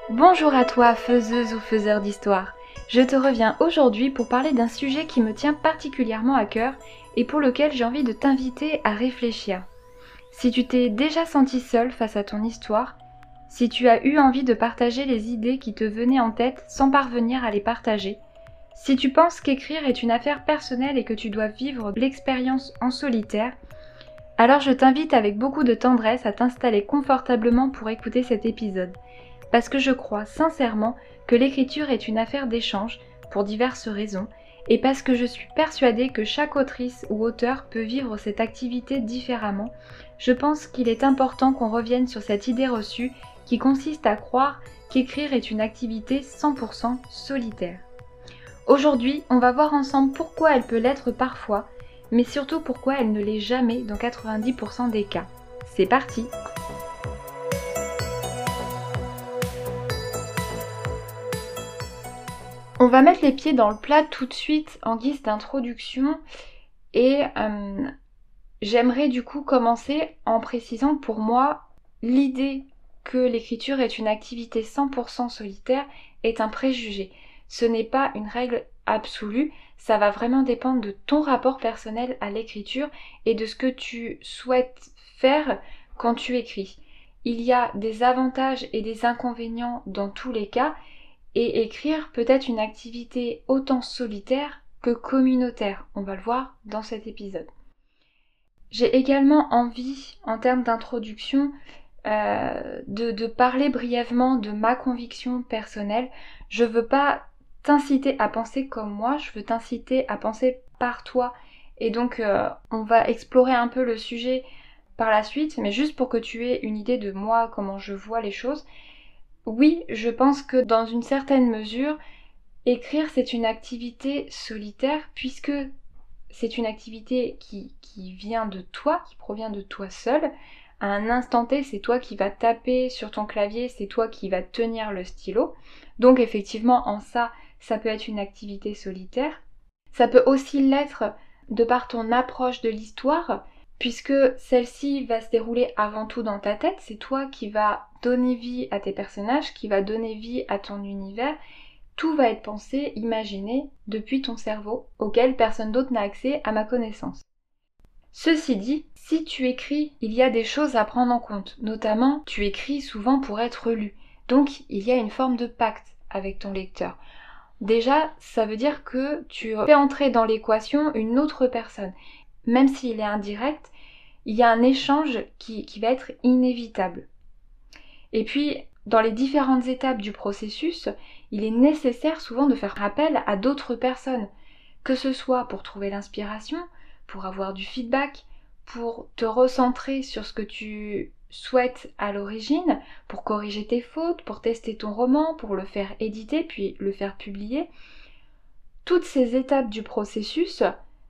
Bonjour à toi, faiseuse ou faiseur d'histoire. Je te reviens aujourd'hui pour parler d'un sujet qui me tient particulièrement à cœur et pour lequel j'ai envie de t'inviter à réfléchir. Si tu t'es déjà senti seule face à ton histoire, si tu as eu envie de partager les idées qui te venaient en tête sans parvenir à les partager, si tu penses qu'écrire est une affaire personnelle et que tu dois vivre l'expérience en solitaire, alors je t'invite avec beaucoup de tendresse à t'installer confortablement pour écouter cet épisode. Parce que je crois sincèrement que l'écriture est une affaire d'échange, pour diverses raisons, et parce que je suis persuadée que chaque autrice ou auteur peut vivre cette activité différemment, je pense qu'il est important qu'on revienne sur cette idée reçue qui consiste à croire qu'écrire est une activité 100% solitaire. Aujourd'hui, on va voir ensemble pourquoi elle peut l'être parfois, mais surtout pourquoi elle ne l'est jamais dans 90% des cas. C'est parti! On va mettre les pieds dans le plat tout de suite en guise d'introduction et j'aimerais du coup commencer en précisant que pour moi, l'idée que l'écriture est une activité 100% solitaire est un préjugé. Ce n'est pas une règle absolue, ça va vraiment dépendre de ton rapport personnel à l'écriture et de ce que tu souhaites faire quand tu écris. Il y a des avantages et des inconvénients dans tous les cas. Et écrire peut être une activité autant solitaire que communautaire. On va le voir dans cet épisode. J'ai également envie, en termes d'introduction, de parler brièvement de ma conviction personnelle. Je veux pas t'inciter à penser comme moi, je veux t'inciter à penser par toi. Et donc, on va explorer un peu le sujet par la suite, mais juste pour que tu aies une idée de moi, comment je vois les choses. Oui, je pense que dans une certaine mesure, écrire c'est une activité solitaire puisque c'est une activité qui vient de toi, qui provient de toi seul. À un instant T, c'est toi qui vas taper sur ton clavier, c'est toi qui vas tenir le stylo. Donc effectivement, en ça, ça peut être une activité solitaire. Ça peut aussi l'être de par ton approche de l'histoire, puisque celle-ci va se dérouler avant tout dans ta tête, c'est toi qui vas donner vie à tes personnages, qui va donner vie à ton univers. Tout va être pensé, imaginé depuis ton cerveau, auquel personne d'autre n'a accès à ma connaissance. Ceci dit, si tu écris, il y a des choses à prendre en compte, notamment tu écris souvent pour être lu, donc il y a une forme de pacte avec ton lecteur. Déjà, ça veut dire que tu fais entrer dans l'équation une autre personne. Même s'il est indirect, il y a un échange qui va être inévitable. Et puis, dans les différentes étapes du processus, il est nécessaire souvent de faire appel à d'autres personnes, que ce soit pour trouver l'inspiration, pour avoir du feedback, pour te recentrer sur ce que tu souhaites à l'origine, pour corriger tes fautes, pour tester ton roman, pour le faire éditer puis le faire publier. Toutes ces étapes du processus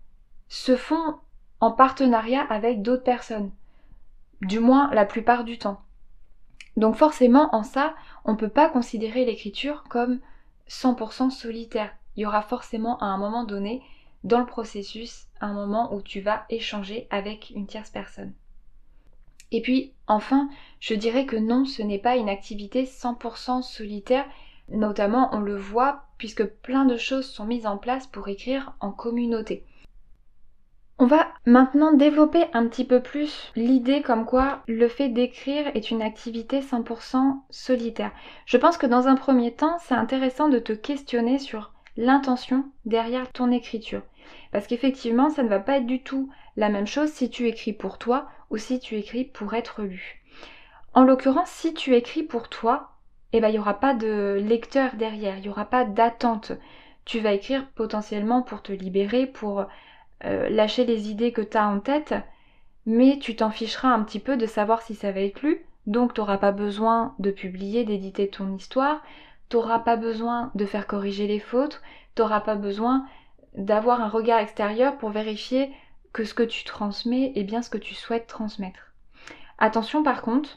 se font en partenariat avec d'autres personnes, du moins la plupart du temps. Donc forcément, en ça, on ne peut pas considérer l'écriture comme 100% solitaire. Il y aura forcément à un moment donné, dans le processus, un moment où tu vas échanger avec une tierce personne. Et puis, enfin, je dirais que non, ce n'est pas une activité 100% solitaire. Notamment, on le voit puisque plein de choses sont mises en place pour écrire en communauté. On va maintenant développer un petit peu plus l'idée comme quoi le fait d'écrire est une activité 100% solitaire. Je pense que dans un premier temps, c'est intéressant de te questionner sur l'intention derrière ton écriture. Parce qu'effectivement, ça ne va pas être du tout la même chose si tu écris pour toi ou si tu écris pour être lu. En l'occurrence, si tu écris pour toi, il n'y aura pas de lecteur derrière, il n'y aura pas d'attente. Tu vas écrire potentiellement pour te libérer, pour lâcher les idées que tu as en tête, mais tu t'en ficheras un petit peu de savoir si ça va être lu, donc tu n'auras pas besoin de publier, d'éditer ton histoire, tu n'auras pas besoin de faire corriger les fautes, tu n'auras pas besoin d'avoir un regard extérieur pour vérifier que ce que tu transmets est bien ce que tu souhaites transmettre. Attention par contre,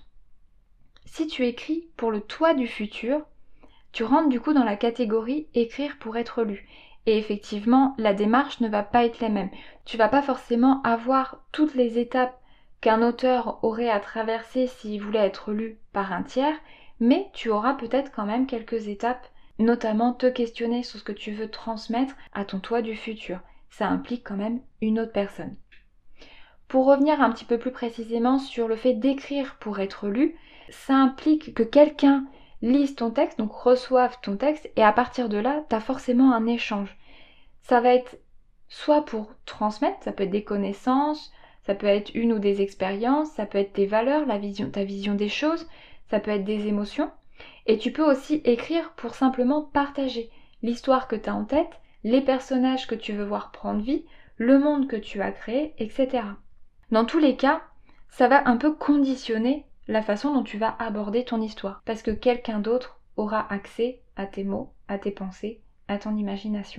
si tu écris pour le toi du futur, tu rentres du coup dans la catégorie écrire pour être lu. Et effectivement, la démarche ne va pas être la même. Tu vas pas forcément avoir toutes les étapes qu'un auteur aurait à traverser s'il voulait être lu par un tiers, mais tu auras peut-être quand même quelques étapes, notamment te questionner sur ce que tu veux transmettre à ton toi du futur. Ça implique quand même une autre personne. Pour revenir un petit peu plus précisément sur le fait d'écrire pour être lu, ça implique que quelqu'un lise ton texte, donc reçoive ton texte, et à partir de là, tu as forcément un échange. Ça va être soit pour transmettre, ça peut être des connaissances, ça peut être une ou des expériences, ça peut être tes valeurs, ta vision des choses, ça peut être des émotions. Et tu peux aussi écrire pour simplement partager l'histoire que tu as en tête, les personnages que tu veux voir prendre vie, le monde que tu as créé, etc. Dans tous les cas, ça va un peu conditionner la façon dont tu vas aborder ton histoire, parce que quelqu'un d'autre aura accès à tes mots, à tes pensées, à ton imagination.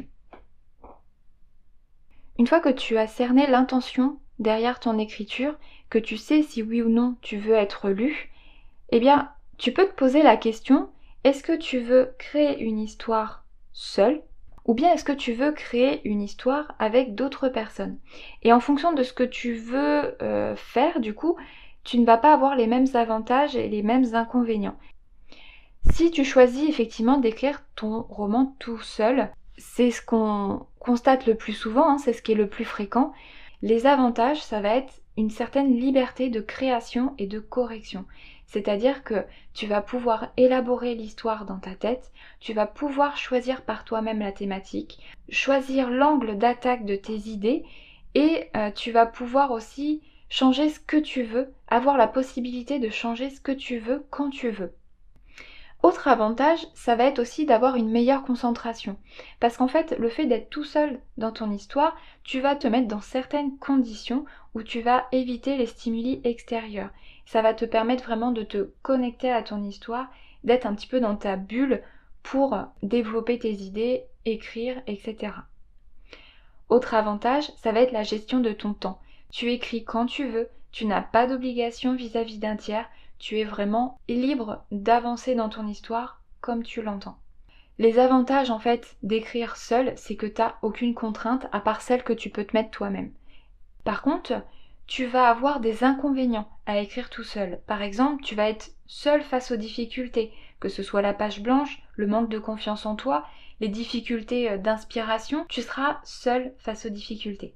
Une fois que tu as cerné l'intention derrière ton écriture, que tu sais si oui ou non tu veux être lu, eh bien, tu peux te poser la question, est-ce que tu veux créer une histoire seule ou bien est-ce que tu veux créer une histoire avec d'autres personnes? Et en fonction de ce que tu veux faire, du coup, tu ne vas pas avoir les mêmes avantages et les mêmes inconvénients. Si tu choisis effectivement d'écrire ton roman tout seul, c'est ce qu'on constate le plus souvent, hein, c'est ce qui est le plus fréquent. Les avantages, ça va être une certaine liberté de création et de correction. C'est-à-dire que tu vas pouvoir élaborer l'histoire dans ta tête, tu vas pouvoir choisir par toi-même la thématique, choisir l'angle d'attaque de tes idées et tu vas pouvoir aussi changer ce que tu veux, avoir la possibilité de changer ce que tu veux quand tu veux. Autre avantage, ça va être aussi d'avoir une meilleure concentration. Parce qu'en fait, le fait d'être tout seul dans ton histoire, tu vas te mettre dans certaines conditions où tu vas éviter les stimuli extérieurs. Ça va te permettre vraiment de te connecter à ton histoire, d'être un petit peu dans ta bulle pour développer tes idées, écrire, etc. Autre avantage, ça va être la gestion de ton temps. Tu écris quand tu veux, tu n'as pas d'obligation vis-à-vis d'un tiers, tu es vraiment libre d'avancer dans ton histoire comme tu l'entends. Les avantages en fait d'écrire seul, c'est que tu n'as aucune contrainte à part celle que tu peux te mettre toi-même. Par contre, tu vas avoir des inconvénients à écrire tout seul. Par exemple, tu vas être seul face aux difficultés, que ce soit la page blanche, le manque de confiance en toi, les difficultés d'inspiration, tu seras seul face aux difficultés.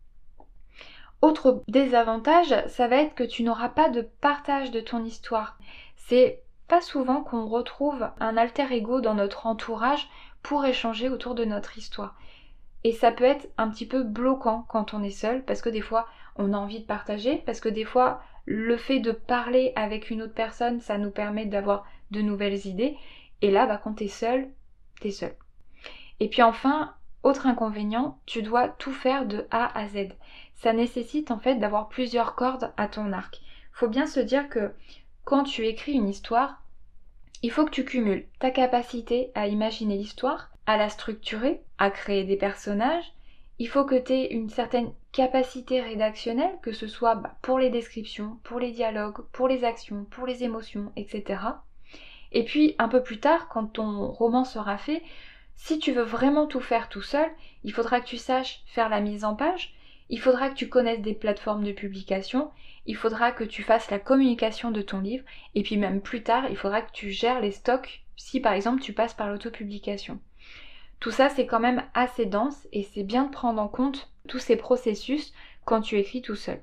Autre désavantage, ça va être que tu n'auras pas de partage de ton histoire. C'est pas souvent qu'on retrouve un alter ego dans notre entourage pour échanger autour de notre histoire. Et ça peut être un petit peu bloquant quand on est seul, parce que des fois on a envie de partager, parce que des fois le fait de parler avec une autre personne, ça nous permet d'avoir de nouvelles idées. Et là, quand t'es seul, t'es seul. Et puis enfin, autre inconvénient, tu dois tout faire de A à Z. Ça nécessite en fait d'avoir plusieurs cordes à ton arc. Faut bien se dire que quand tu écris une histoire, il faut que tu cumules ta capacité à imaginer l'histoire, à la structurer, à créer des personnages. Il faut que tu aies une certaine capacité rédactionnelle, que ce soit pour les descriptions, pour les dialogues, pour les actions, pour les émotions, etc. Et puis un peu plus tard, quand ton roman sera fait, si tu veux vraiment tout faire tout seul, il faudra que tu saches faire la mise en page, il faudra que tu connaisses des plateformes de publication, il faudra que tu fasses la communication de ton livre, et puis même plus tard, il faudra que tu gères les stocks si par exemple tu passes par l'autopublication. Tout ça, c'est quand même assez dense et c'est bien de prendre en compte tous ces processus quand tu écris tout seul.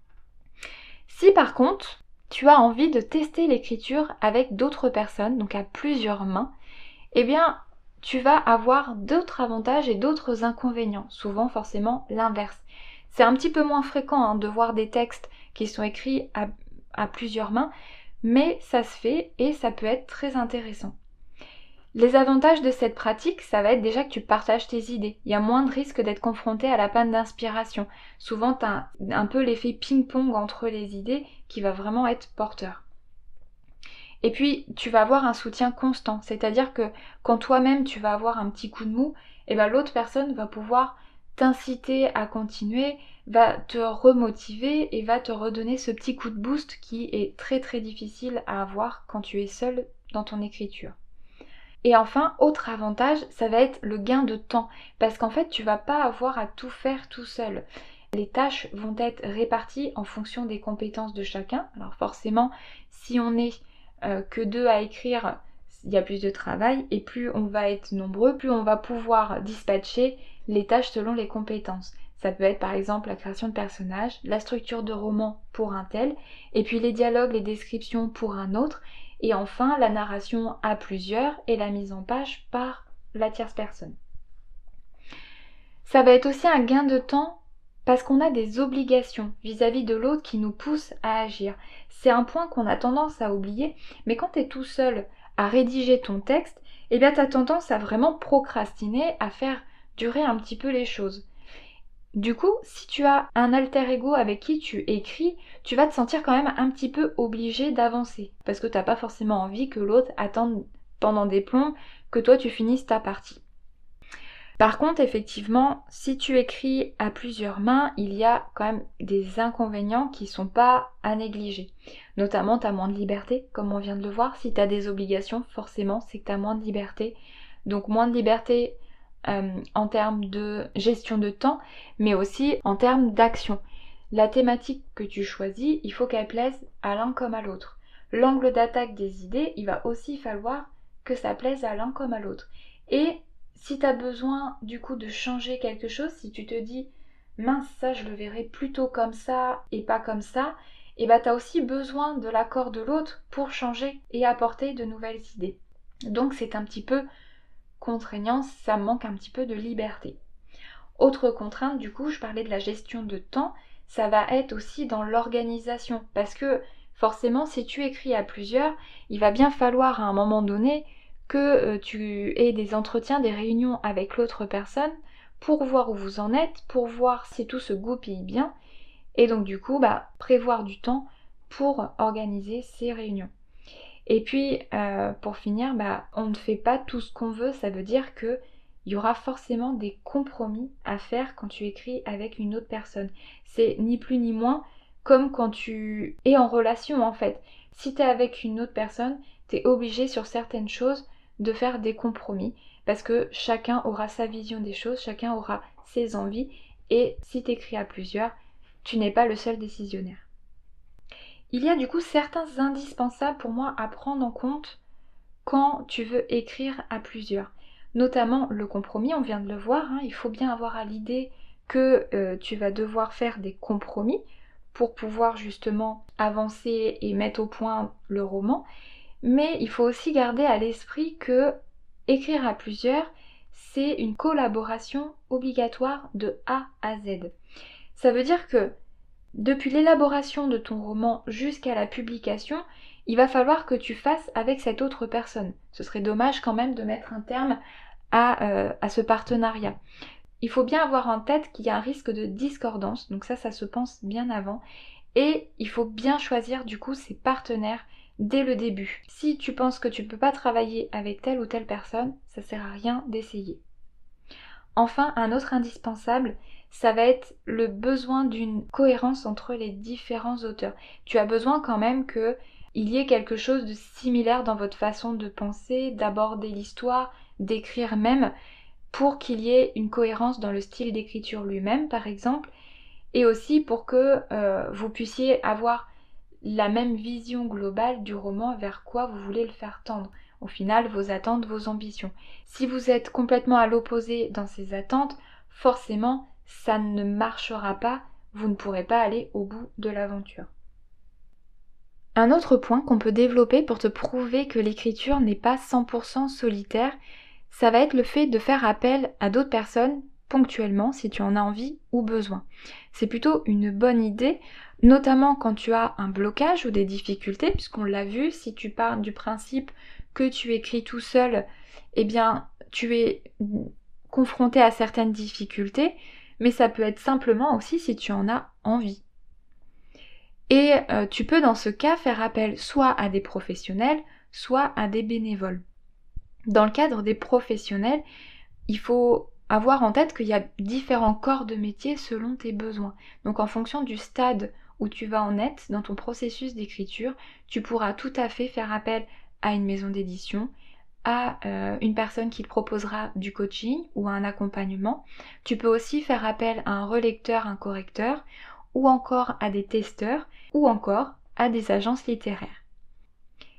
Si par contre, tu as envie de tester l'écriture avec d'autres personnes, donc à plusieurs mains, eh bien, tu vas avoir d'autres avantages et d'autres inconvénients, souvent forcément l'inverse. C'est un petit peu moins fréquent de voir des textes qui sont écrits à plusieurs mains, mais ça se fait et ça peut être très intéressant. Les avantages de cette pratique, ça va être déjà que tu partages tes idées. Il y a moins de risques d'être confronté à la panne d'inspiration. Souvent, tu as un peu l'effet ping-pong entre les idées qui va vraiment être porteur. Et puis, tu vas avoir un soutien constant. C'est-à-dire que quand toi-même, tu vas avoir un petit coup de mou, l'autre personne va pouvoir t'inciter à continuer, va te remotiver et va te redonner ce petit coup de boost qui est très très difficile à avoir quand tu es seul dans ton écriture. Et enfin, autre avantage, ça va être le gain de temps. Parce qu'en fait, tu vas pas avoir à tout faire tout seul. Les tâches vont être réparties en fonction des compétences de chacun. Alors forcément, si on est que 2 à écrire, il y a plus de travail, et plus on va être nombreux, plus on va pouvoir dispatcher les tâches selon les compétences. Ça peut être par exemple la création de personnages, la structure de roman pour un tel, et puis les dialogues, les descriptions pour un autre, et enfin la narration à plusieurs et la mise en page par la tierce personne. Ça va être aussi un gain de temps parce qu'on a des obligations vis-à-vis de l'autre qui nous poussent à agir. C'est un point qu'on a tendance à oublier, mais quand tu es tout seul à rédiger ton texte, eh bien tu as tendance à vraiment procrastiner, à faire durer un petit peu les choses. Du coup, si tu as un alter ego avec qui tu écris, tu vas te sentir quand même un petit peu obligé d'avancer, parce que tu n'as pas forcément envie que l'autre attende pendant des plombs que toi tu finisses ta partie. Par contre, effectivement, si tu écris à plusieurs mains, il y a quand même des inconvénients qui sont pas à négliger. Notamment, tu as moins de liberté, comme on vient de le voir. Si tu as des obligations, forcément, c'est que tu as moins de liberté. Donc moins de liberté en termes de gestion de temps, mais aussi en termes d'action. La thématique que tu choisis, il faut qu'elle plaise à l'un comme à l'autre. L'angle d'attaque des idées, il va aussi falloir que ça plaise à l'un comme à l'autre. Et si tu as besoin du coup de changer quelque chose, si tu te dis mince, ça je le verrai plutôt comme ça et pas comme ça, et bah tu as aussi besoin de l'accord de l'autre pour changer et apporter de nouvelles idées. Donc c'est un petit peu contraignant, ça manque un petit peu de liberté. Autre contrainte, du coup, je parlais de la gestion de temps, ça va être aussi dans l'organisation parce que forcément si tu écris à plusieurs, il va bien falloir à un moment donné que tu aies des entretiens, des réunions avec l'autre personne pour voir où vous en êtes, pour voir si tout se goupille bien et donc du coup prévoir du temps pour organiser ces réunions. Et puis pour finir, on ne fait pas tout ce qu'on veut, ça veut dire que il y aura forcément des compromis à faire quand tu écris avec une autre personne. C'est ni plus ni moins comme quand tu es en relation en fait. Si tu es avec une autre personne, tu es obligé sur certaines choses de faire des compromis parce que chacun aura sa vision des choses, chacun aura ses envies et si tu écris à plusieurs, tu n'es pas le seul décisionnaire. Il y a du coup certains indispensables pour moi à prendre en compte quand tu veux écrire à plusieurs. Notamment le compromis, on vient de le voir, il faut bien avoir à l'idée que tu vas devoir faire des compromis pour pouvoir justement avancer et mettre au point le roman. Mais il faut aussi garder à l'esprit que écrire à plusieurs, c'est une collaboration obligatoire de A à Z. Ça veut dire que depuis l'élaboration de ton roman jusqu'à la publication, il va falloir que tu fasses avec cette autre personne. Ce serait dommage quand même de mettre un terme à ce partenariat. Il faut bien avoir en tête qu'il y a un risque de discordance, donc ça se pense bien avant. Et il faut bien choisir du coup ses partenaires dès le début. Si tu penses que tu ne peux pas travailler avec telle ou telle personne, ça ne sert à rien d'essayer. Enfin, un autre indispensable, ça va être le besoin d'une cohérence entre les différents auteurs. Tu as besoin quand même qu'il y ait quelque chose de similaire dans votre façon de penser, d'aborder l'histoire, d'écrire même, pour qu'il y ait une cohérence dans le style d'écriture lui-même, par exemple, et aussi pour que vous puissiez avoir la même vision globale du roman vers quoi vous voulez le faire tendre. Au final, vos attentes, vos ambitions. Si vous êtes complètement à l'opposé dans ces attentes, forcément, ça ne marchera pas, vous ne pourrez pas aller au bout de l'aventure. Un autre point qu'on peut développer pour te prouver que l'écriture n'est pas 100% solitaire, ça va être le fait de faire appel à d'autres personnes ponctuellement si tu en as envie ou besoin. C'est plutôt une bonne idée, notamment quand tu as un blocage ou des difficultés, puisqu'on l'a vu, si tu pars du principe que tu écris tout seul, eh bien tu es confronté à certaines difficultés, mais ça peut être simplement aussi si tu en as envie. Et tu peux dans ce cas faire appel soit à des professionnels, soit à des bénévoles. Dans le cadre des professionnels, il faut avoir en tête qu'il y a différents corps de métier selon tes besoins. Donc en fonction du stade où tu vas en être dans ton processus d'écriture, tu pourras tout à fait faire appel à une maison d'édition, à une personne qui te proposera du coaching ou un accompagnement. Tu peux aussi faire appel à un relecteur, un correcteur, ou encore à des testeurs, ou encore à des agences littéraires.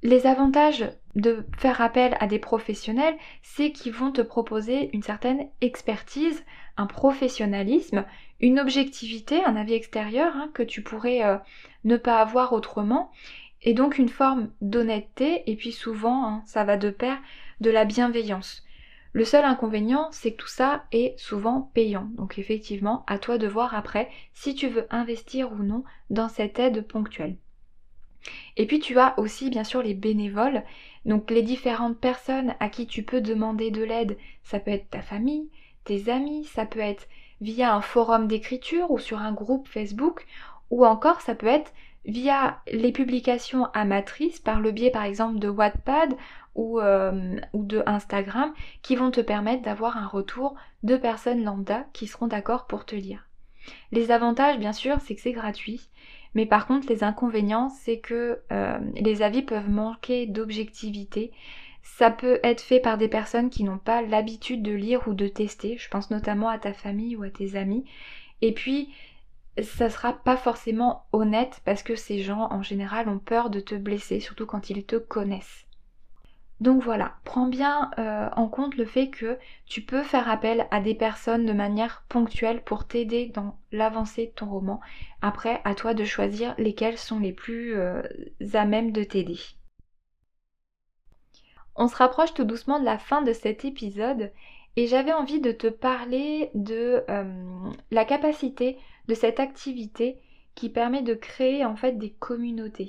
Les avantages de faire appel à des professionnels, c'est qu'ils vont te proposer une certaine expertise, un professionnalisme, une objectivité, un avis extérieur que tu pourrais ne pas avoir autrement, et donc une forme d'honnêteté, et puis souvent, ça va de pair, de la bienveillance. Le seul inconvénient, c'est que tout ça est souvent payant. Donc effectivement, à toi de voir après si tu veux investir ou non dans cette aide ponctuelle. Et puis tu as aussi bien sûr les bénévoles, donc les différentes personnes à qui tu peux demander de l'aide. Ça peut être ta famille, tes amis, ça peut être via un forum d'écriture ou sur un groupe Facebook, ou encore ça peut être via les publications amatrices par le biais par exemple de Wattpad ou de Instagram qui vont te permettre d'avoir un retour de personnes lambda qui seront d'accord pour te lire. Les avantages, bien sûr, c'est que c'est gratuit. Mais par contre, les inconvénients, c'est que les avis peuvent manquer d'objectivité. Ça peut être fait par des personnes qui n'ont pas l'habitude de lire ou de tester. Je pense notamment à ta famille ou à tes amis. Et puis, ça sera pas forcément honnête parce que ces gens, en général, ont peur de te blesser, surtout quand ils te connaissent. Donc voilà, prends bien en compte le fait que tu peux faire appel à des personnes de manière ponctuelle pour t'aider dans l'avancée de ton roman. Après, à toi de choisir lesquelles sont les plus à même de t'aider. On se rapproche tout doucement de la fin de cet épisode et j'avais envie de te parler de la capacité de cette activité qui permet de créer en fait des communautés.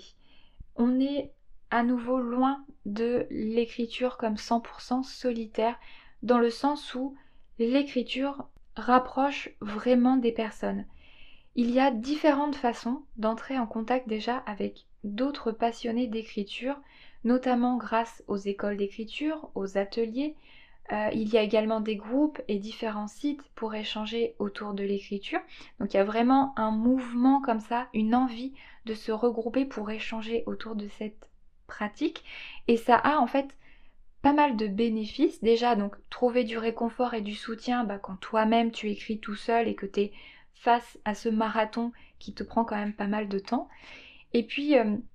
On est à nouveau loin de l'écriture comme 100% solitaire, dans le sens où l'écriture rapproche vraiment des personnes. Il y a différentes façons d'entrer en contact déjà avec d'autres passionnés d'écriture, notamment grâce aux écoles d'écriture, aux ateliers. Il y a également des groupes et différents sites pour échanger autour de l'écriture. Donc il y a vraiment un mouvement comme ça, une envie de se regrouper pour échanger autour de cette pratique. Et ça a en fait pas mal de bénéfices. Déjà, donc trouver du réconfort et du soutien quand toi-même tu écris tout seul et que tu es face à ce marathon qui te prend quand même pas mal de temps. Et puis,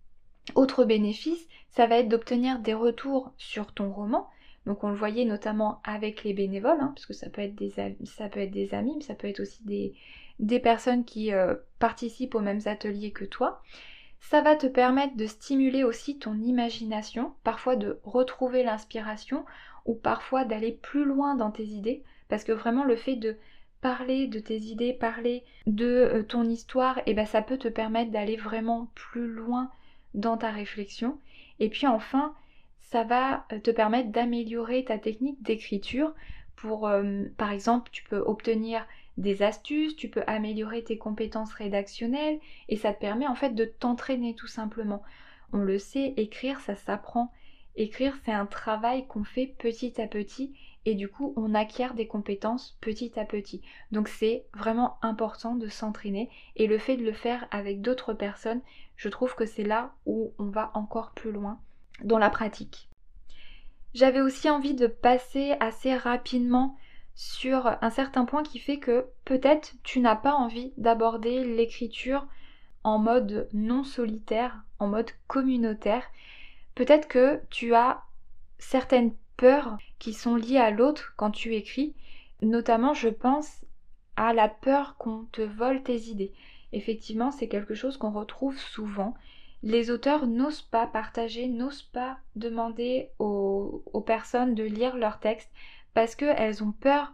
autre bénéfice, ça va être d'obtenir des retours sur ton roman. Donc on le voyait notamment avec les bénévoles, parce que ça peut être des amis, mais ça peut être aussi des personnes qui participent aux mêmes ateliers que toi. Ça va te permettre de stimuler aussi ton imagination, parfois de retrouver l'inspiration ou parfois d'aller plus loin dans tes idées, parce que vraiment le fait de parler de tes idées, parler de ton histoire, ça peut te permettre d'aller vraiment plus loin dans ta réflexion. Et puis enfin, ça va te permettre d'améliorer ta technique d'écriture pour, par exemple, tu peux obtenir des astuces, tu peux améliorer tes compétences rédactionnelles et ça te permet en fait de t'entraîner tout simplement. On le sait, écrire, ça s'apprend. Écrire, c'est un travail qu'on fait petit à petit et du coup, on acquiert des compétences petit à petit. Donc c'est vraiment important de s'entraîner et le fait de le faire avec d'autres personnes, je trouve que c'est là où on va encore plus loin dans la pratique. J'avais aussi envie de passer assez rapidement sur un certain point qui fait que peut-être tu n'as pas envie d'aborder l'écriture en mode non solitaire, en mode communautaire. Peut-être que tu as certaines peurs qui sont liées à l'autre quand tu écris. Notamment, je pense à la peur qu'on te vole tes idées. Effectivement, c'est quelque chose qu'on retrouve souvent. Les auteurs n'osent pas partager, n'osent pas demander aux personnes de lire leurs textes parce qu'elles ont peur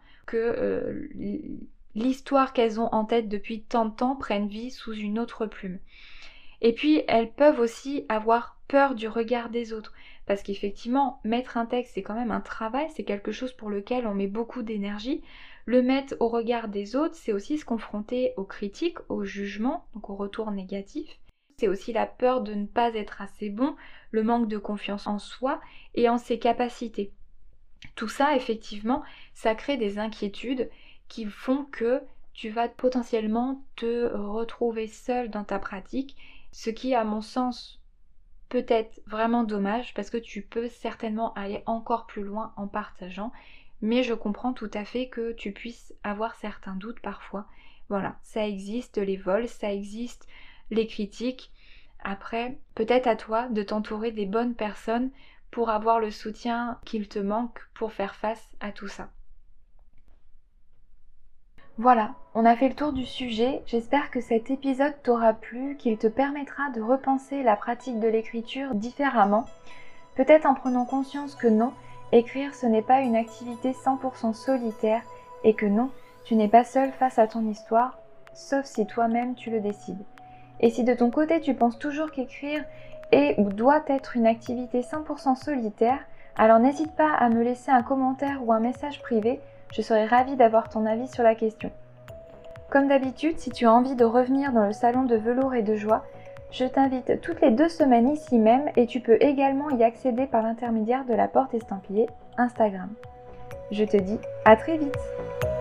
que l'histoire qu'elles ont en tête depuis tant de temps prenne vie sous une autre plume. Et puis, elles peuvent aussi avoir peur du regard des autres. Parce qu'effectivement, mettre un texte, c'est quand même un travail, c'est quelque chose pour lequel on met beaucoup d'énergie. Le mettre au regard des autres, c'est aussi se confronter aux critiques, aux jugements, donc aux retours négatifs. C'est aussi la peur de ne pas être assez bon, le manque de confiance en soi et en ses capacités. Tout ça, effectivement, ça crée des inquiétudes qui font que tu vas potentiellement te retrouver seul dans ta pratique, ce qui, à mon sens, peut être vraiment dommage parce que tu peux certainement aller encore plus loin en partageant, mais je comprends tout à fait que tu puisses avoir certains doutes parfois. Voilà, ça existe les vols, ça existe les critiques. Après, peut-être à toi de t'entourer des bonnes personnes pour avoir le soutien qu'il te manque pour faire face à tout ça. Voilà, on a fait le tour du sujet. J'espère que cet épisode t'aura plu, qu'il te permettra de repenser la pratique de l'écriture différemment. Peut-être en prenant conscience que non, écrire ce n'est pas une activité 100% solitaire et que non, tu n'es pas seul face à ton histoire, sauf si toi-même tu le décides. Et si de ton côté tu penses toujours qu'écrire est ou doit être une activité 100% solitaire, alors n'hésite pas à me laisser un commentaire ou un message privé, je serai ravie d'avoir ton avis sur la question. Comme d'habitude, si tu as envie de revenir dans le salon de velours et de joie, je t'invite toutes les 2 semaines ici même et tu peux également y accéder par l'intermédiaire de la porte estampillée Instagram. Je te dis à très vite!